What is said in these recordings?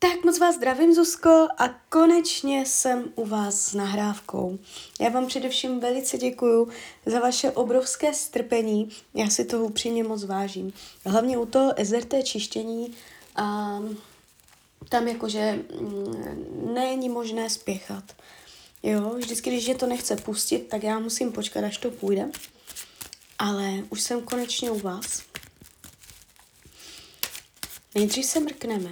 Tak moc vás zdravím, Zuzko, a konečně jsem u vás s nahrávkou. Já vám především velice děkuju za vaše obrovské strpení, já si toho upřímně moc vážím. Hlavně u toho SRT čištění, a tam jakože není možné spěchat. Jo, vždycky, když je to nechce pustit, tak já musím počkat, až to půjde. Ale už jsem konečně u vás. Nejdřív se mrkneme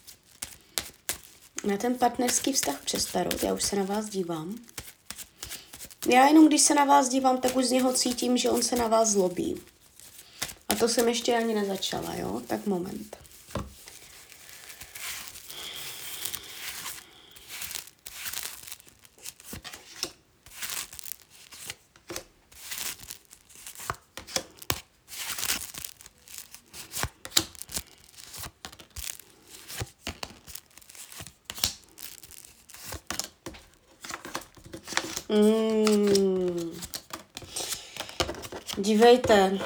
na ten partnerský vztah přes tarot. Já už se na vás dívám. Já jenom, když se na vás dívám, tak už z něho cítím, že on se na vás zlobí. A to jsem ještě ani nezačala, jo? Tak moment. Dívejte,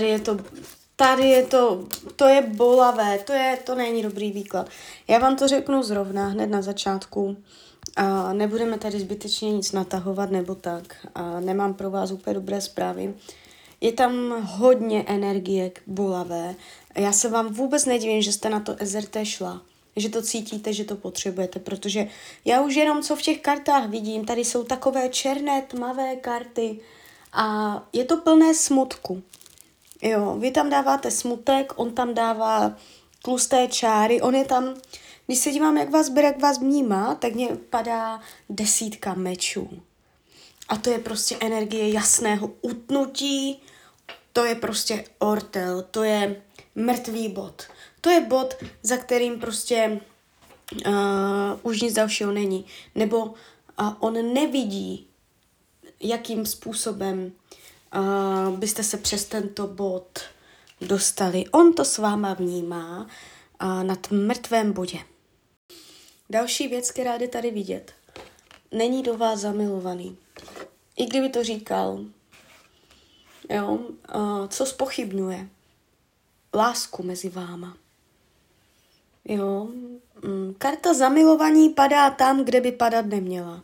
to je bolavé, to není dobrý výklad. Já vám to řeknu zrovna, hned na začátku. A nebudeme tady zbytečně nic natahovat nebo tak. A nemám pro vás úplně dobré zprávy. Je tam hodně energie bolavé. Já se vám vůbec nedivím, že jste na to SRT šla. Že to cítíte, že to potřebujete, protože já už jenom co v těch kartách vidím, tady jsou takové černé, tmavé karty a je to plné smutku. Jo, vy tam dáváte smutek, on tam dává tlusté čáry, on je tam, když se dívám, jak vás bere, jak vás vnímá, tak mně padá 10 mečů. A to je prostě energie jasného utnutí, to je prostě ortel, to je mrtvý bod. To je bod, za kterým prostě už nic dalšího není. Nebo on nevidí, jakým způsobem byste se přes tento bod dostali. On to s váma vnímá na mrtvém bodě. Další věc, která jde tady vidět. Není do vás zamilovaný. I kdyby to říkal, jo, co zpochybňuje? Lásku mezi váma. Jo, karta zamilovaní padá tam, kde by padat neměla.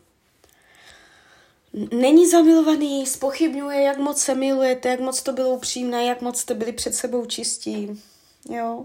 Není zamilovaný, zpochybňuje, jak moc se milujete, jak moc to bylo upřímné, jak moc jste byli před sebou čistí. Jo.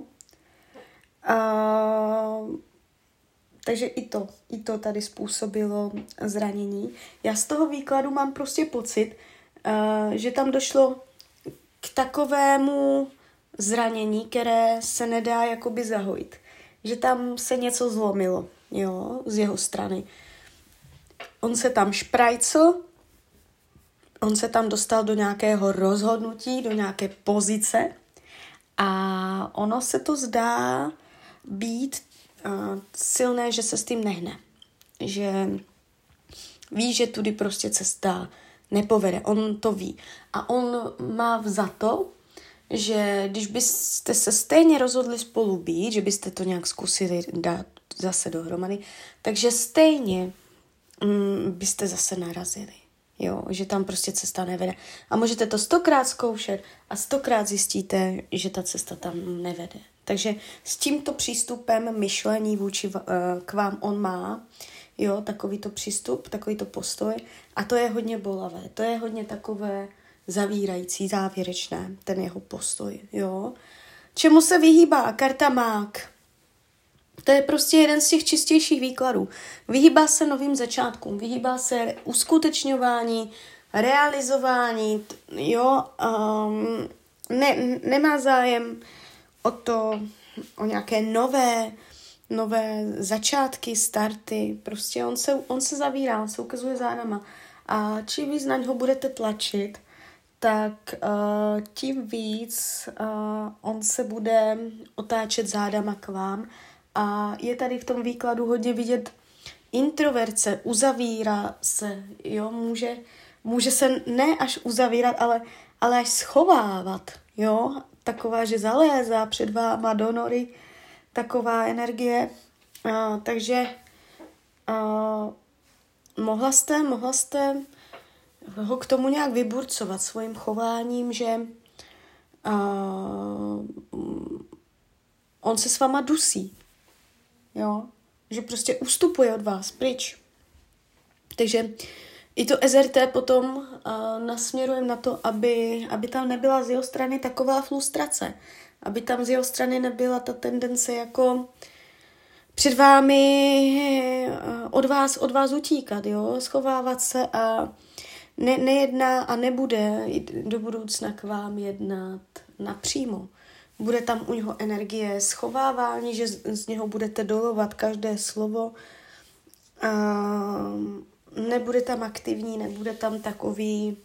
Takže i to tady způsobilo zranění. Já z toho výkladu mám prostě pocit, že tam došlo k takovému zranění, které se nedá jakoby zahojit. Že tam se něco zlomilo, jo, z jeho strany. On se tam šprajcl, on se tam dostal do nějakého rozhodnutí, do nějaké pozice a ono se to zdá být silné, že se s tím nehne. Že ví, že tudy prostě cesta nepovede. On to ví. A on má za to, že když byste se stejně rozhodli spolu být, že byste to nějak zkusili dát zase dohromady, takže stejně byste zase narazili. Jo, že tam prostě cesta nevede. A můžete to 100krát zkoušet a 100krát zjistíte, že ta cesta tam nevede. Takže s tímto přístupem myšlení k vám on má, jo, takovýto přístup, takovýto postoj a to je hodně bolavé. To je hodně takové zavírající, závěrečné, ten jeho postoj, jo. Čemu se vyhýbá? Karta mák. To je prostě jeden z těch čistějších výkladů. Vyhýbá se novým začátkům, vyhýbá se uskutečňování, realizování, jo, nemá zájem o nějaké nové začátky, starty, prostě on se zavírá, on se ukazuje zádama a čím víc na něho budete tlačit, tak tím víc on se bude otáčet zádama k vám a je tady v tom výkladu hodně vidět introverce, uzavírá se, jo, může se ne až uzavírat, ale až schovávat, jo, taková, že zalézá před váma do nory, taková energie, takže mohla jste ho k tomu nějak vyburcovat svým chováním, že on se s váma dusí. Jo? že prostě ustupuje od vás pryč. Takže i to SRT potom nasměrujeme na to, aby tam nebyla z jeho strany taková frustrace. Aby tam z jeho strany nebyla ta tendence jako před vámi od vás utíkat, jo? Schovávat se a nejedná a nebude do budoucna k vám jednat napřímo. Bude tam u něho energie schovávání, že z něho budete dolovat každé slovo. Nebude tam aktivní, nebude tam takový,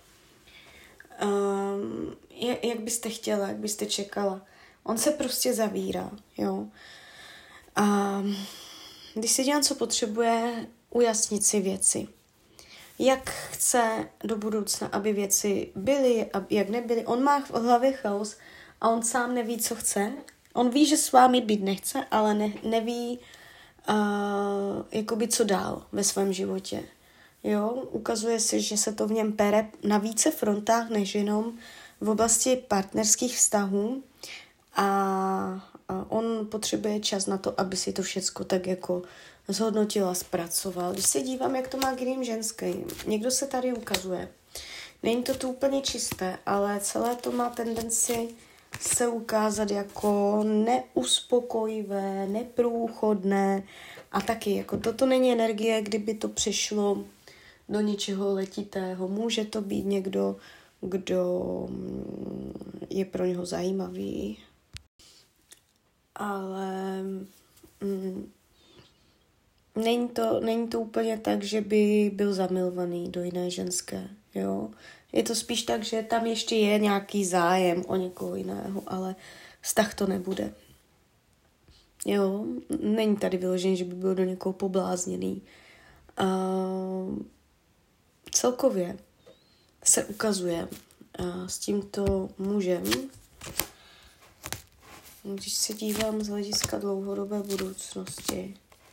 jak byste chtěla, jak byste čekala. On se prostě zavírá, jo. A když se dělám, co potřebuje, ujasnit si věci. Jak chce do budoucna, aby věci byly, jak nebyly. On má v hlavě chaos a on sám neví, co chce. On ví, že s vámi být nechce, ale neví, jakoby co dál ve svém životě. Jo? Ukazuje se, že se to v něm pere na více frontách, než jenom v oblasti partnerských vztahů a on potřebuje čas na to, aby si to všecko tak jako zhodnotil a zpracoval. Když se dívám, jak to má Grimm ženský, někdo se tady ukazuje. Není to tu úplně čisté, ale celé to má tendenci se ukázat jako neuspokojivé, neprůchodné a taky jako toto není energie, kdyby to přešlo do něčeho letitého. Může to být někdo, kdo je pro něho zajímavý, ale není to úplně tak, že by byl zamilovaný do jiné ženské, jo. Je to spíš tak, že tam ještě je nějaký zájem o někoho jiného, ale vztah to nebude. Jo, není tady vyložený, že by byl do někoho poblázněný. Celkově se ukazuje s tímto mužem, když se dívám z hlediska dlouhodobé budoucnosti,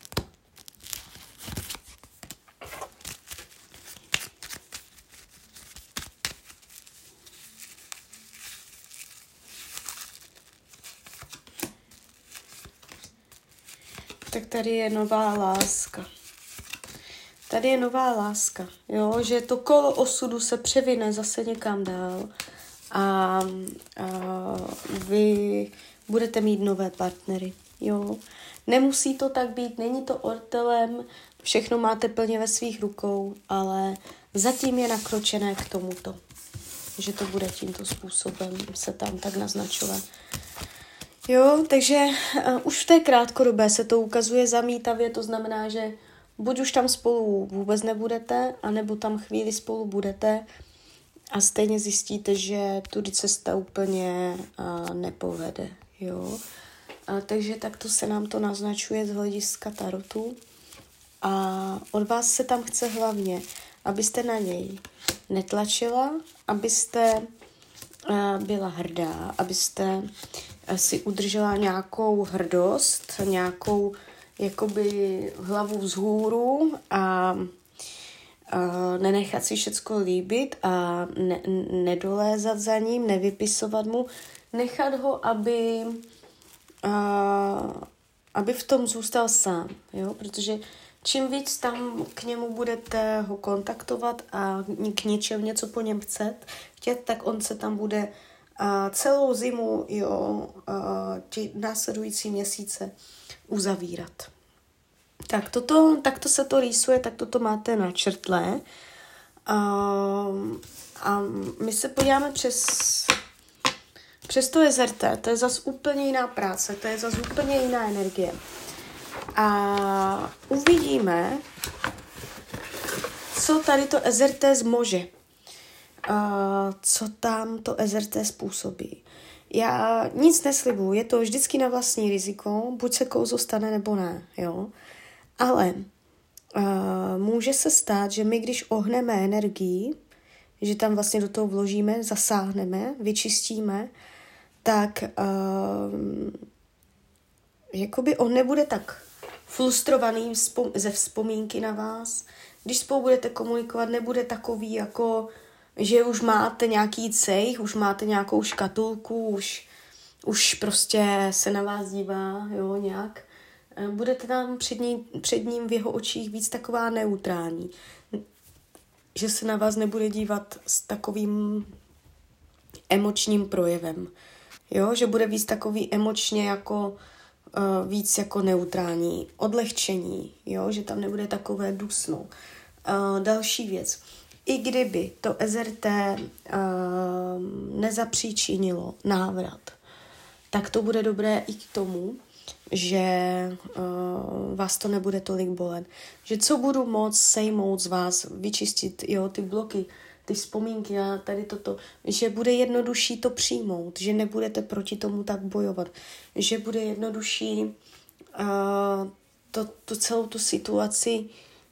tak tady je nová láska. Tady je nová láska, jo, že to kolo osudu se převine zase někam dál a vy budete mít nové partnery, jo. Nemusí to tak být, není to ortelem, všechno máte plně ve svých rukou, ale zatím je nakročené k tomuto, že to bude tímto způsobem se tam tak naznačovat. Jo, takže už v té krátkodobé se to ukazuje zamítavě, to znamená, že buď už tam spolu vůbec nebudete, anebo tam chvíli spolu budete a stejně zjistíte, že tudy cesta úplně nepovede. Jo? Takže takto se nám to naznačuje z hlediska tarotu. A od vás se tam chce hlavně, abyste na něj netlačila, abyste byla hrdá, abyste si udržela nějakou hrdost, nějakou jakoby hlavu vzhůru a nenechat si všecko líbit a nedolézat za ním, nevypisovat mu, nechat ho, aby v tom zůstal sám, jo? Protože čím víc tam k němu budete ho kontaktovat a k něčem něco po něm chtět, tak on se tam bude celou zimu, jo, ty následující měsíce uzavírat. Tak takto se to rýsuje, tak toto máte načrtlé. A my se podíváme přes to SRT, to je zase úplně jiná práce, to je zase úplně jiná energie. A uvidíme, co tady to SRT zmože. Co tam to SRT způsobí. Já nic neslibuju, je to vždycky na vlastní riziko, buď se kouzlo stane, nebo ne, jo. Ale může se stát, že my, když ohneme energii, že tam vlastně do toho vložíme, zasáhneme, vyčistíme, tak jakoby on nebude tak frustrovaný ze vzpomínky na vás. Když spolu budete komunikovat, nebude takový jako, že už máte nějaký cejch, už máte nějakou škatulku, už prostě se na vás dívá, jo, nějak Budete tam před ním v jeho očích víc taková neutrální. Že se na vás nebude dívat s takovým emočním projevem. Jo? Že bude víc takový emočně jako víc jako neutrální, odlehčení, jo? Že tam nebude takové dusno. Další věc. I kdyby to SRT nezapříčinilo návrat, tak to bude dobré i k tomu, že vás to nebude tolik bolet. Že co budu moct sejmout z vás, vyčistit, jo, ty bloky, ty vzpomínky a tady toto, že bude jednodušší to přijmout, že nebudete proti tomu tak bojovat, že bude jednodušší celou tu situaci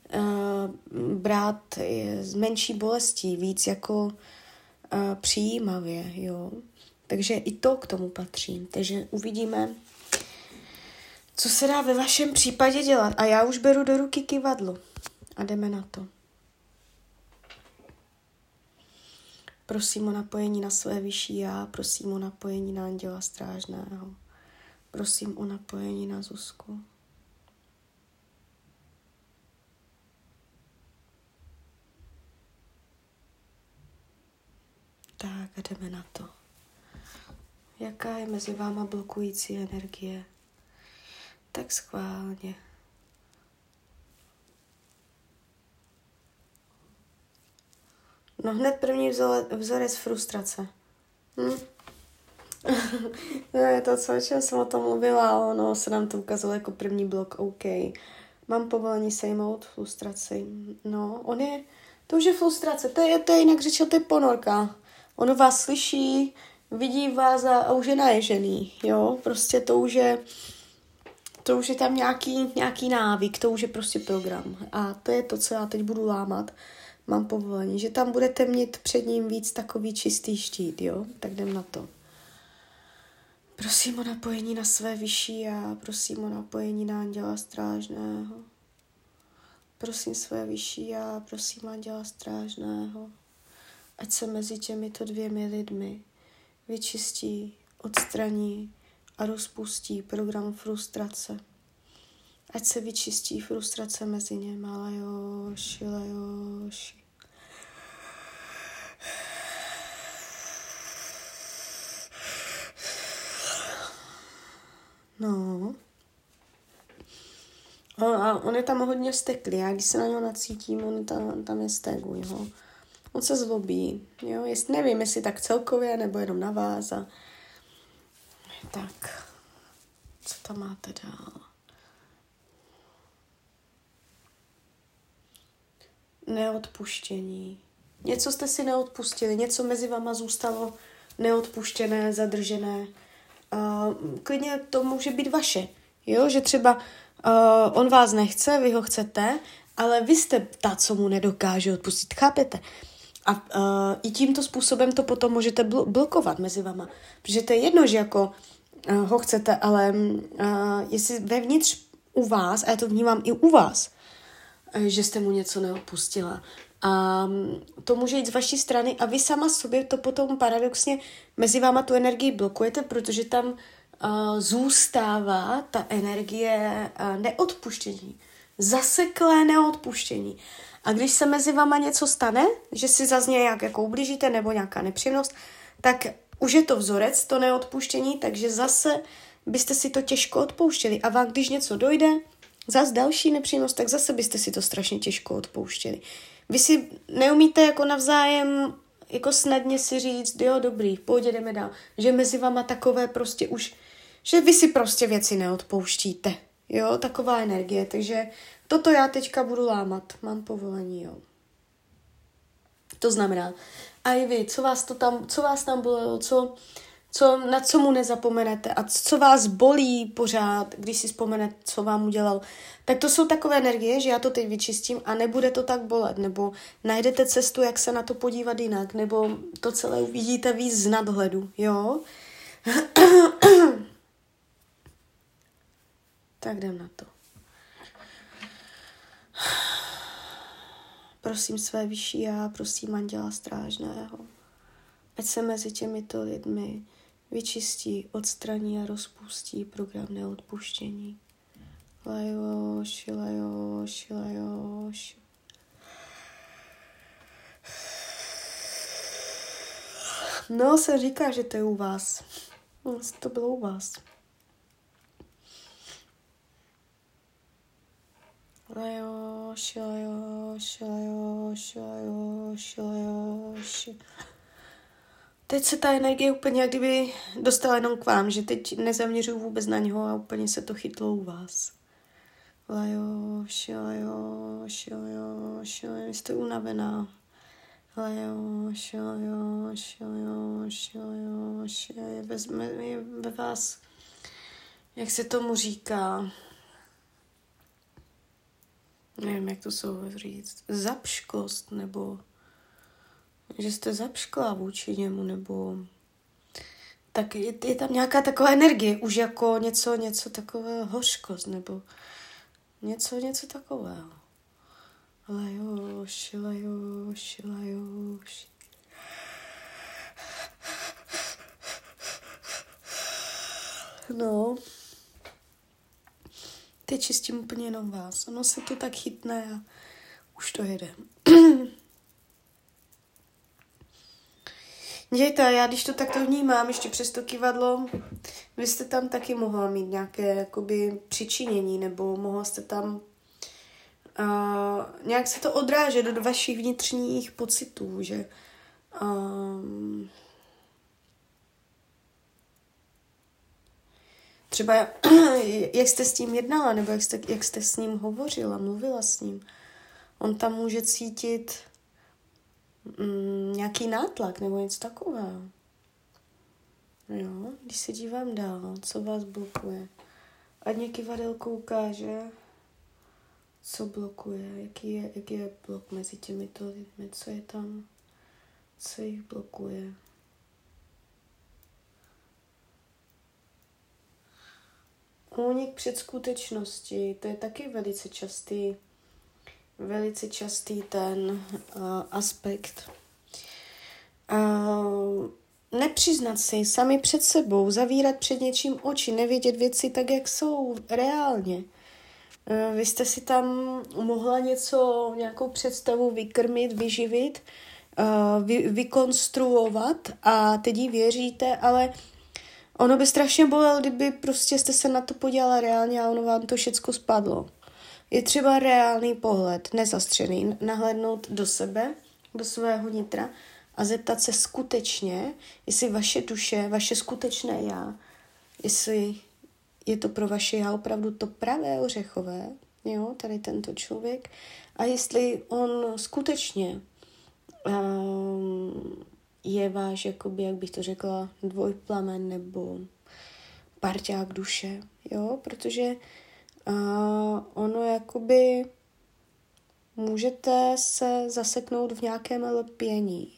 brát s menší bolestí, víc jako přijímavě, jo. Takže i to k tomu patří. Takže uvidíme, co se dá ve vašem případě dělat. A já už beru do ruky kyvadlo. A jdeme na to. Prosím o napojení na své vyšší já, prosím o napojení na Anděla Strážného. Prosím o napojení na Zuzku. Tak a jdeme na to. Jaká je mezi váma blokující energie? Tak schválně. No hned první vzorec frustrace. No je to, o čem jsem o tom mluvila, ono se nám to ukazalo jako první blok, OK. Mám povolení sejmout frustraci. No, to už je frustrace, to je jinak řečeno, to je ponorka. Ono vás slyší, vidí vás a už je naježený, jo, prostě to už je tam nějaký návyk, to už je prostě program. A to je to, co já teď budu lámat. Mám povolení, že tam budete mít před ním víc takový čistý štít, jo? Tak jdem na to. Prosím o napojení na své vyšší já, prosím o napojení na Anděla Strážného. Prosím své vyšší já, prosím Anděla Strážného. Ať se mezi těmito dvěmi lidmi vyčistí, odstraní a rozpustí program frustrace. Ať se vyčistí frustrace mezi němi, Lajoši. No. A on je tam hodně vzteklý. Já když se na něho nacítím, on tam je stegu, jo. On se zlobí, jo. Nevím, jestli tak celkově, nebo jenom na vás. Tak. Co tam máte dál? Neodpuštění. Něco jste si neodpustili, něco mezi váma zůstalo neodpuštěné, zadržené. Klidně to může být vaše. Jo? Že třeba on vás nechce, vy ho chcete, ale vy jste ta, co mu nedokáže odpustit. Chápete? A i tímto způsobem to potom můžete blokovat mezi váma. Protože to je jedno, že jako ho chcete, ale jestli vevnitř u vás, a já to vnímám i u vás, že jste mu něco neodpustila. A to může jít z vaší strany a vy sama sobě to potom paradoxně mezi váma tu energii blokujete, protože tam zůstává ta energie neodpuštění. Zaseklé neodpuštění. A když se mezi váma něco stane, že si zase nějak jako ublížíte nebo nějaká nepříjemnost, tak už je to vzorec, to neodpuštění, takže zase byste si to těžko odpouštěli. A vám, když něco dojde, zase další nepříjemnost, tak zase byste si to strašně těžko odpouštěli. Vy si neumíte jako navzájem jako snadně si říct, jo, dobrý, pojď, jdeme dál. Že mezi váma takové prostě už, že vy si prostě věci neodpouštíte. Jo, taková energie. Takže toto já teďka budu lámat. Mám povolení, jo. To znamená, a i vy, co vás tam bolelo, na co mu nezapomenete a co vás bolí pořád, když si vzpomenete, co vám udělal, tak to jsou takové energie, že já to teď vyčistím a nebude to tak bolet, nebo najdete cestu, jak se na to podívat jinak, nebo to celé uvidíte víc z nadhledu, jo? Tak jdem na to. Prosím své vyšší já, prosím Anděla Strážného, ať se mezi těmito lidmi vyčistí, odstraní a rozpustí program neodpuštění. Lajoši, lajoši, lajoši. No, se říká, že to je u vás. No, to bylo u vás. Lajoši, lajoši, lajoši, lajoši, lajoši. Teď se ta energie úplně jak kdyby dostala jenom k vám, že teď nezaměřuju vůbec na něho a úplně se to chytlo u vás. Lajoši, lajoši, lajoši, lajoši, jste unavená. Lajoši, lajoši, lajoši, lajoši, je ve vás, jak se tomu říká, nevím, jak to slovo říct, zapšklost, nebo že jste zapšklá vůči němu, nebo tak je tam nějaká taková energie, už jako něco takového, hořkost, nebo něco takového. Lajoši, lajoši, lajoši. No. Teď čistím úplně jenom vás. Ono se to tak chytne a už to jede. Dějte, já když to takto vnímám, ještě přes to kývadlo, vy jste tam taky mohla mít nějaké jakoby přičinění, nebo mohla jste tam nějak se to odrážet do vašich vnitřních pocitů, že třeba jak jste s tím jednala, nebo jak jste s ním hovořila, mluvila s ním, on tam může cítit nějaký nátlak nebo něco takového. Jo, když se dívám dál, co vás blokuje. Ať mě kyvadelko ukáže, co blokuje, jaký je blok mezi těmito lidmi, co je tam, co jich blokuje. Únik před skutečností, to je taky velice častý ten aspekt. Nepřiznat si sami před sebou, zavírat před něčím oči, nevědět věci tak, jak jsou reálně. Vy jste si tam mohla nějakou představu vykrmit, vyživit, vykonstruovat a teď jí věříte, ale ono by strašně bolelo, kdyby prostě jste se na to podívala reálně a ono vám to všecko spadlo. Je třeba reálný pohled, nezastřený, nahlédnout do sebe, do svého nitra a zeptat se skutečně, jestli vaše duše, vaše skutečné já, jestli je to pro vaše já opravdu to pravé ořechové, jo, tady tento člověk, a jestli on skutečně je váš, jakoby, jak bych to řekla, dvojplamen nebo parťák duše, jo, protože ono jakoby můžete se zaseknout v nějakém lpění.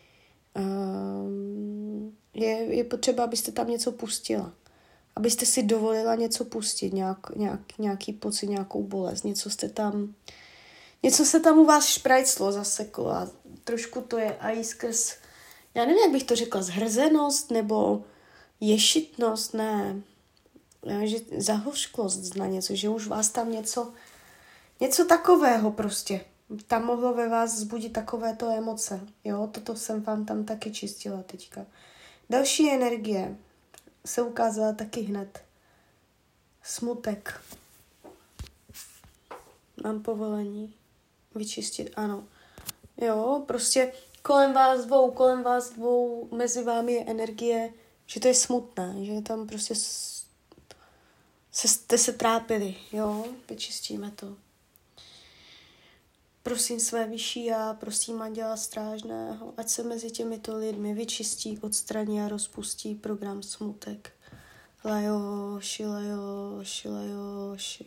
Je potřeba, abyste tam něco pustila. Abyste si dovolila něco pustit, nějaký pocit, nějakou bolest. Něco se tam u vás šprajclo, zaseklo a trošku to je i skrz, já nevím, jak bych to řekla, zhrzenost nebo ješitnost, ne, že zahořklost na něco, že už vás tam něco takového prostě. Tam mohlo ve vás vzbudit takovéto emoce. Jo, toto jsem vám tam taky čistila teďka. Další energie se ukázala taky hned. Smutek. Mám povolení vyčistit, ano. Jo, prostě kolem vás dvou, mezi vámi je energie, že to je smutné, že tam prostě jste se trápili, jo, vyčistíme to. Prosím své vyšší já, prosím Anděla Strážného, ať se mezi těmito lidmi vyčistí, odstraní a rozpustí program smutek. Lajoši, lajoši, lajoši.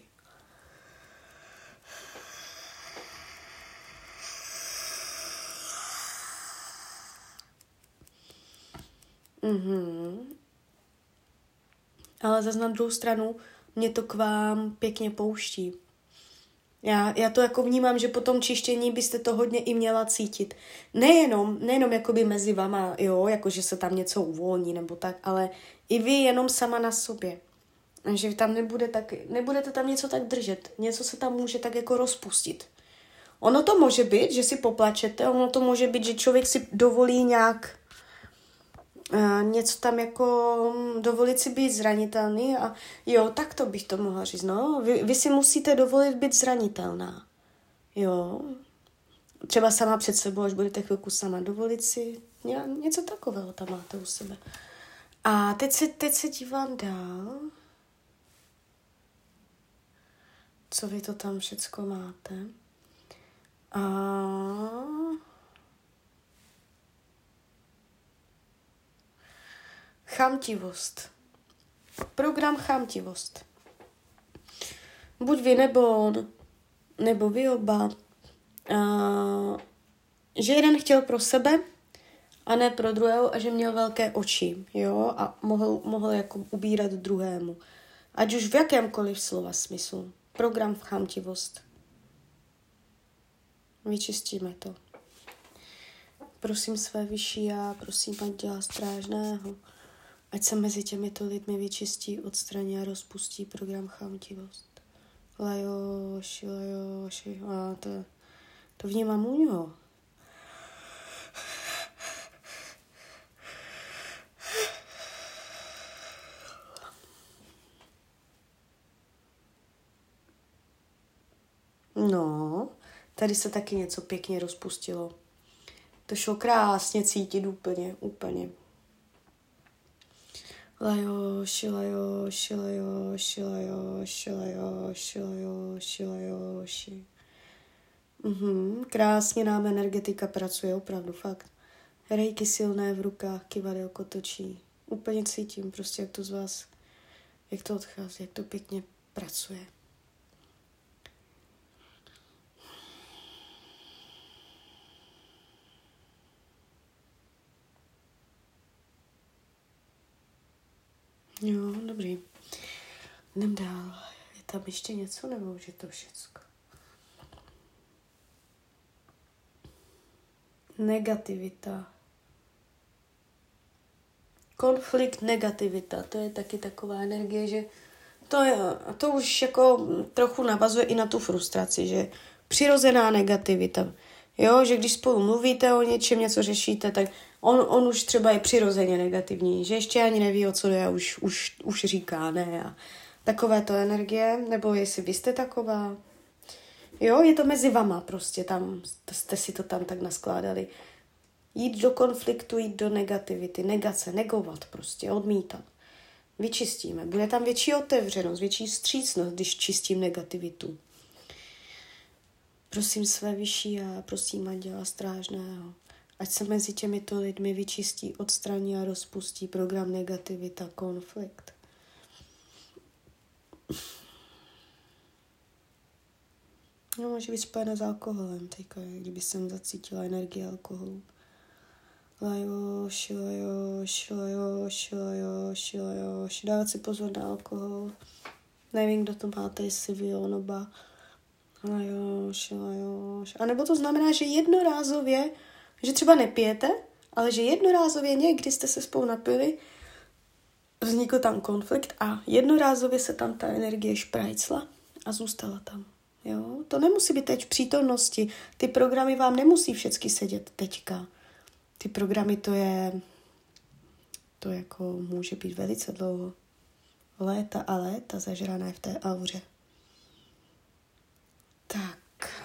Ale zase na druhou stranu mě to k vám pěkně pouští. Já to jako vnímám, že po tom čištění byste to hodně i měla cítit. Nejenom jakoby mezi vama, jo, jako že se tam něco uvolní nebo tak, ale i vy jenom sama na sobě. Že tam nebudete tam něco tak držet. Něco se tam může tak jako rozpustit. Ono to může být, že si poplačete, ono to může být, že člověk si dovolí nějak něco tam jako dovolit si být zranitelný a jo, tak to bych to mohla říct, no. Vy si musíte dovolit být zranitelná. Jo. Třeba sama před sebou, až budete chvilku sama dovolit si něco takového tam máte u sebe. A teď se dívám dál. Co vy to tam všecko máte? Chamtivost. Program chamtivost. Buď vy nebo on, nebo vy oba. Že jeden chtěl pro sebe a ne pro druhého a že měl velké oči, jo, a mohl jako ubírat druhému. Ať už v jakémkoliv slova smyslu. Program chamtivost. Vyčistíme to. Prosím své vyšší já, prosím Anděla Strážného, ať se mezi těmito lidmi vyčistí, odstraní a rozpustí program chamtivost. Lajoši. A to vnímám u něho. No, tady se taky něco pěkně rozpustilo. To šlo krásně cítit úplně. Lajoši. Krásně nám energetika pracuje, opravdu, fakt. Rejky silné v rukách, kyvadelko točí. Úplně cítím prostě, jak to z vás, jak to odchází, jak to pěkně pracuje. Jo, dobrý. Jdem dál. Je tam ještě něco, nebo už je to všecko? Negativita. Konflikt, negativita. To je taky taková energie, že to už jako trochu navazuje i na tu frustraci, že přirozená negativita. Jo, že když spolu mluvíte o něčem, něco řešíte, tak on už třeba je přirozeně negativní, že ještě ani neví, o co je, už říká ne. A takové to energie, nebo jestli vy jste taková. Jo, je to mezi vama prostě, tam jste si to tam tak naskládali. Jít do konfliktu, jít do negativity, negace, negovat prostě, odmítat. Vyčistíme. Bude tam větší otevřenost, větší vstřícnost, když čistím negativitu. Prosím své vyšší a prosím Anděla Strážného, ať se mezi těmito lidmi vyčistí, odstraní a rozpustí program negativita, konflikt. No, může být spojené s alkoholem teďka, kdyby jsem zacítila energii alkoholu. Lajoši. Dávat si pozor na alkohol. Nevím, kdo to máte, jestli vy, on oba. Lajoši. A nebo to znamená, že jednorázově, že třeba nepijete, ale že jednorázově někdy jste se spolu napili, vznikl tam konflikt a jednorázově se tam ta energie šprajcla a zůstala tam. Jo? To nemusí být teď v přítomnosti. Ty programy vám nemusí všechny sedět teďka. Ty programy to jako může být velice dlouho. Léta a léta zažrané v té auře. Tak.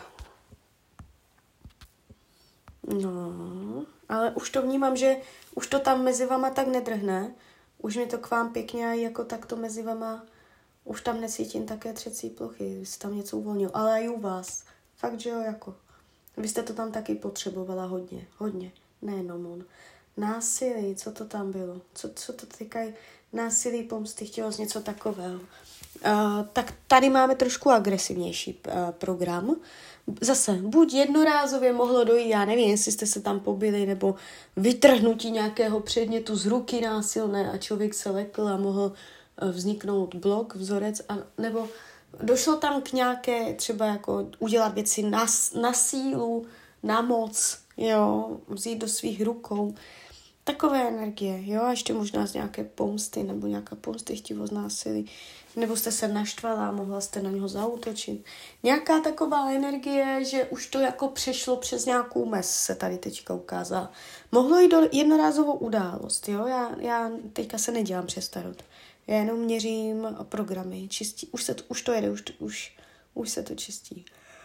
No, ale už to vnímám, že už to tam mezi vama tak nedrhne. Už mi to k vám pěkně a jako takto mezi vama už tam necítím také třecí plochy. Vy jste tam něco uvolnil, ale i u vás. Fakt, že jo, jako. Vy jste to tam taky potřebovala hodně. Nejenom on. Násilí, co to tam bylo? Co to týkají násilí, pomsty, chtělo z něco takového. Tak tady máme trošku agresivnější program. Zase, buď jednorázově mohlo dojít, já nevím, jestli jste se tam pobili, nebo vytrhnutí nějakého předmětu z ruky násilné a člověk se lekl a mohl vzniknout blok, vzorec, nebo došlo tam k nějaké, třeba jako udělat věci na sílu, na moc, jo, vzít do svých rukou. Takové energie, jo, a ještě možná z nějaké pomsty, nebo nějaká pomstychtivost, násilí, nebo jste se naštvala a mohla jste na něho zaútočit. Nějaká taková energie, že už to jako přešlo přes nějakou mez, se tady teďka ukázala. Mohlo jít do jednorázovou událost, jo, já teďka se nedělám přes tarot. Já jenom měřím programy, čistí, už to jede, už se to čistí.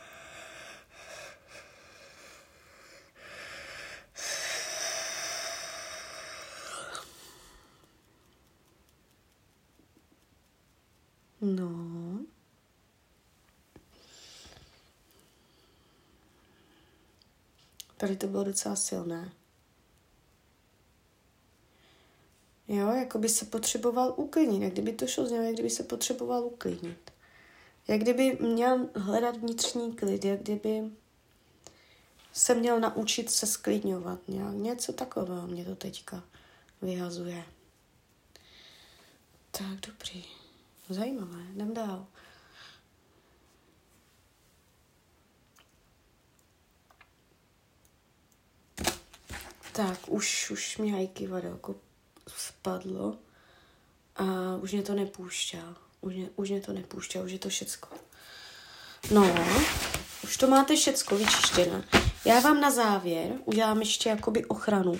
No. Tady to bylo docela silné. Jo, jako by se potřeboval uklidnit, jak kdyby to šlo z něho, jak kdyby se potřeboval uklidnit. Jak kdyby měl hledat vnitřní klid, jak kdyby se měl naučit se sklidňovat. Něco takového mě to teďka vyhazuje. Tak, dobrý. Zajímavé, jdem dál. Tak, už mi hajky vadelko spadlo a už mě to nepouštěl. Už je to všecko. No, už to máte všecko vyčištěné. Já vám na závěr udělám ještě jakoby ochranu.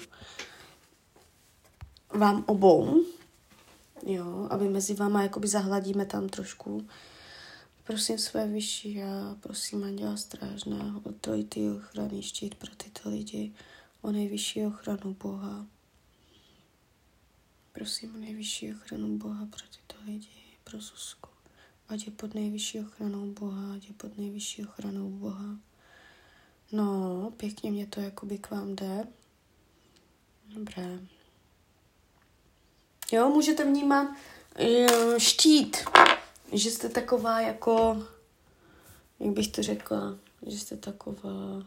Vám obou. Jo, aby mezi váma jakoby zahladíme tam trošku. Prosím své vyšší já, prosím anděla strážného o trojitý ochranný štít pro tyto lidi, o nejvyšší ochranu Boha. Prosím o nejvyšší ochranu Boha pro tyto lidi, pro Zuzku. Ať je pod nejvyšší ochranou Boha, ať je pod nejvyšší ochranou Boha. No, pěkně mě to jakoby k vám jde. Dobré. Jo, můžete vnímat štít, že jste taková jako, jak bych to řekla, že jste taková,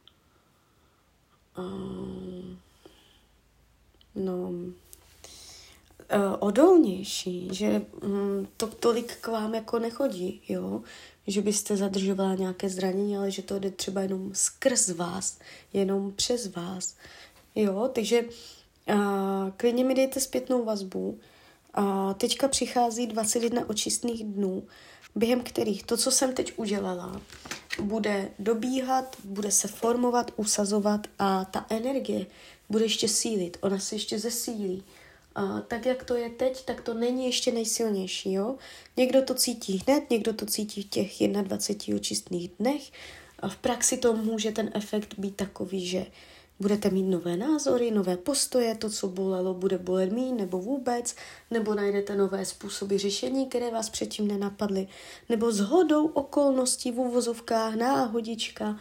odolnější, že to tolik k vám jako nechodí, jo, že byste zadržovala nějaké zranění, ale že to jde třeba jenom skrz vás, jenom přes vás, jo, takže klidně mi dejte zpětnou vazbu. Teďka přichází 21 očistných dnů, během kterých to, co jsem teď udělala, bude dobíhat, bude se formovat, usazovat a ta energie bude ještě sílit, ona se ještě zesílí. Tak, jak to je teď, tak to není ještě nejsilnější, jo? Někdo to cítí hned, někdo to cítí v těch 21 očistných dnech. V praxi to může ten efekt být takový, že budete mít nové názory, nové postoje, to, co bolelo, bude bolet míň nebo vůbec, nebo najdete nové způsoby řešení, které vás předtím nenapadly, nebo shodou okolností v uvozovkách, náhodička,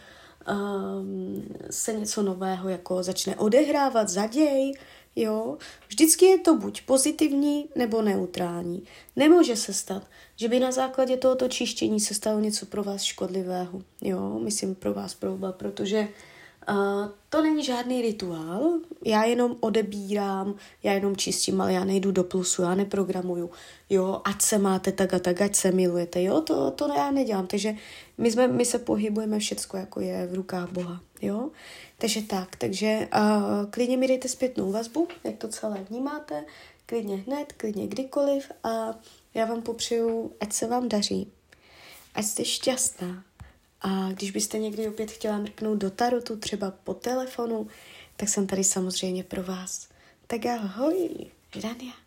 se něco nového jako začne odehrávat, zaděj, jo. Vždycky je to buď pozitivní, nebo neutrální. Nemůže se stát, že by na základě tohoto čištění se stalo něco pro vás škodlivého, jo, myslím pro vás, pro oba, protože to není žádný rituál, já jenom odebírám, já jenom čistím, ale já nejdu do plusu, já neprogramuju, jo, ať se máte tak a tak, ať se milujete, jo, to já nedělám, takže my se pohybujeme všecko, jako je v rukách Boha, jo, takže klidně mi dejte zpětnou vazbu, jak to celé vnímáte, klidně hned, klidně kdykoliv a já vám popřeju, ať se vám daří, ať jste šťastná. A když byste někdy opět chtěla mrknout do tarotu, třeba po telefonu, tak jsem tady samozřejmě pro vás. Tak ahoj, Rania.